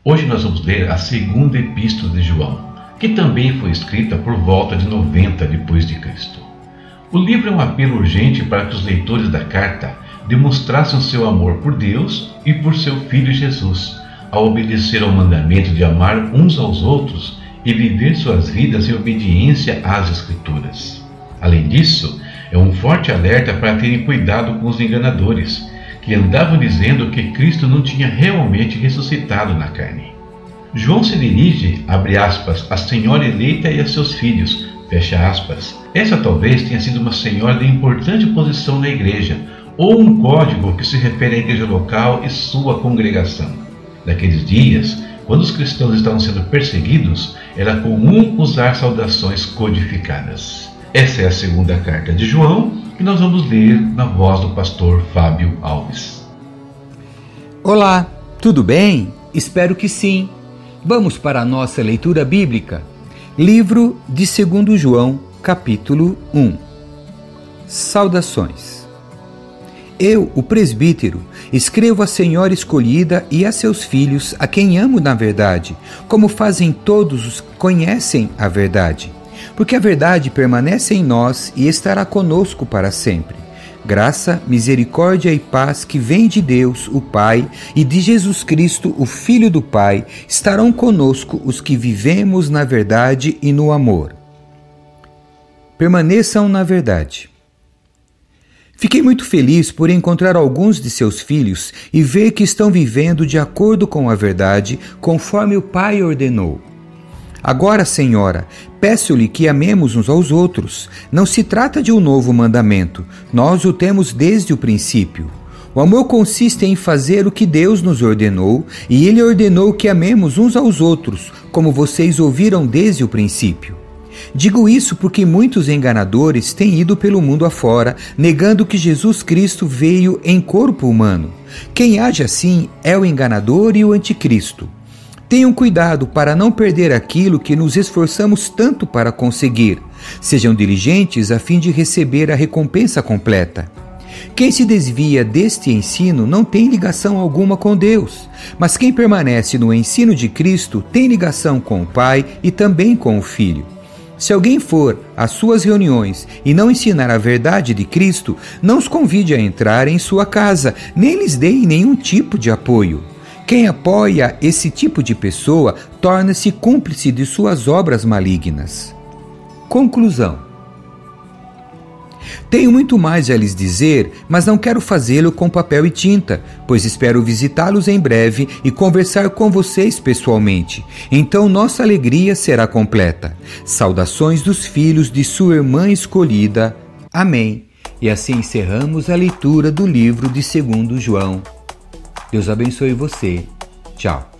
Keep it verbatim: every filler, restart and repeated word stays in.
Hoje nós vamos ler a segunda epístola de João, que também foi escrita por volta de noventa depois de Cristo. O livro é um apelo urgente para que os leitores da carta demonstrassem o seu amor por Deus e por seu Filho Jesus, ao obedecer ao mandamento de amar uns aos outros e viver suas vidas em obediência às Escrituras. Além disso, é um forte alerta para terem cuidado com os enganadores, que andavam dizendo que Cristo não tinha realmente ressuscitado na carne. João se dirige, abre aspas, à senhora eleita e a seus filhos, fecha aspas. Essa talvez tenha sido uma senhora de importante posição na igreja, ou um código que se refere à igreja local e sua congregação. Naqueles dias, quando os cristãos estavam sendo perseguidos, era comum usar saudações codificadas. Essa é a segunda carta de João, que nós vamos ler na voz do pastor Fábio Alves. Olá, tudo bem? Espero que sim. Vamos para a nossa leitura bíblica. Livro de segundo João, capítulo um. Saudações. Eu, o presbítero, escrevo à senhora escolhida e a seus filhos, a quem amo na verdade, como fazem todos os que conhecem a verdade. Porque a verdade permanece em nós e estará conosco para sempre. Graça, misericórdia e paz que vem de Deus, o Pai, e de Jesus Cristo, o Filho do Pai, estarão conosco os que vivemos na verdade e no amor. Permaneçam na verdade. Fiquei muito feliz por encontrar alguns de seus filhos e ver que estão vivendo de acordo com a verdade, conforme o Pai ordenou. Agora, Senhora, peço-lhe que amemos uns aos outros. Não se trata de um novo mandamento, nós o temos desde o princípio. O amor consiste em fazer o que Deus nos ordenou, e Ele ordenou que amemos uns aos outros, como vocês ouviram desde o princípio. Digo isso porque muitos enganadores têm ido pelo mundo afora, negando que Jesus Cristo veio em corpo humano. Quem age assim é o enganador e o anticristo. Tenham cuidado para não perder aquilo que nos esforçamos tanto para conseguir. Sejam diligentes a fim de receber a recompensa completa. Quem se desvia deste ensino não tem ligação alguma com Deus, mas quem permanece no ensino de Cristo tem ligação com o Pai e também com o Filho. Se alguém for às suas reuniões e não ensinar a verdade de Cristo, não os convide a entrar em sua casa, nem lhes dê nenhum tipo de apoio. Quem apoia esse tipo de pessoa torna-se cúmplice de suas obras malignas. Conclusão. Tenho muito mais a lhes dizer, mas não quero fazê-lo com papel e tinta, pois espero visitá-los em breve e conversar com vocês pessoalmente. Então nossa alegria será completa. Saudações dos filhos de sua irmã escolhida. Amém. E assim encerramos a leitura do livro de segundo João. Deus abençoe você. Tchau.